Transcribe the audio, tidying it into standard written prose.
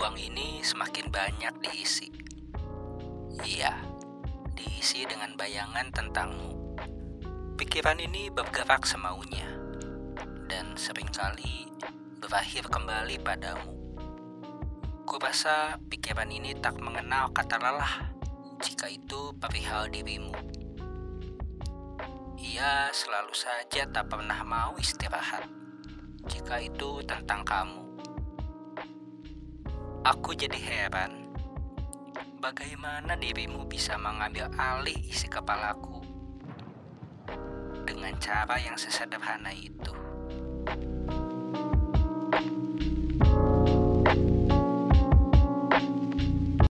ruang ini semakin banyak diisi. Iya, diisi dengan bayangan tentangmu. Pikiran ini bergerak semaunya, dan seringkali berakhir kembali padamu. Kurasa pikiran ini tak mengenal kata lelah, jika itu perihal dirimu. Ia selalu saja tak pernah mau istirahat, jika itu tentang kamu. Aku jadi heran, bagaimana dirimu bisa mengambil alih isi kepalaku dengan cara yang sesederhana itu.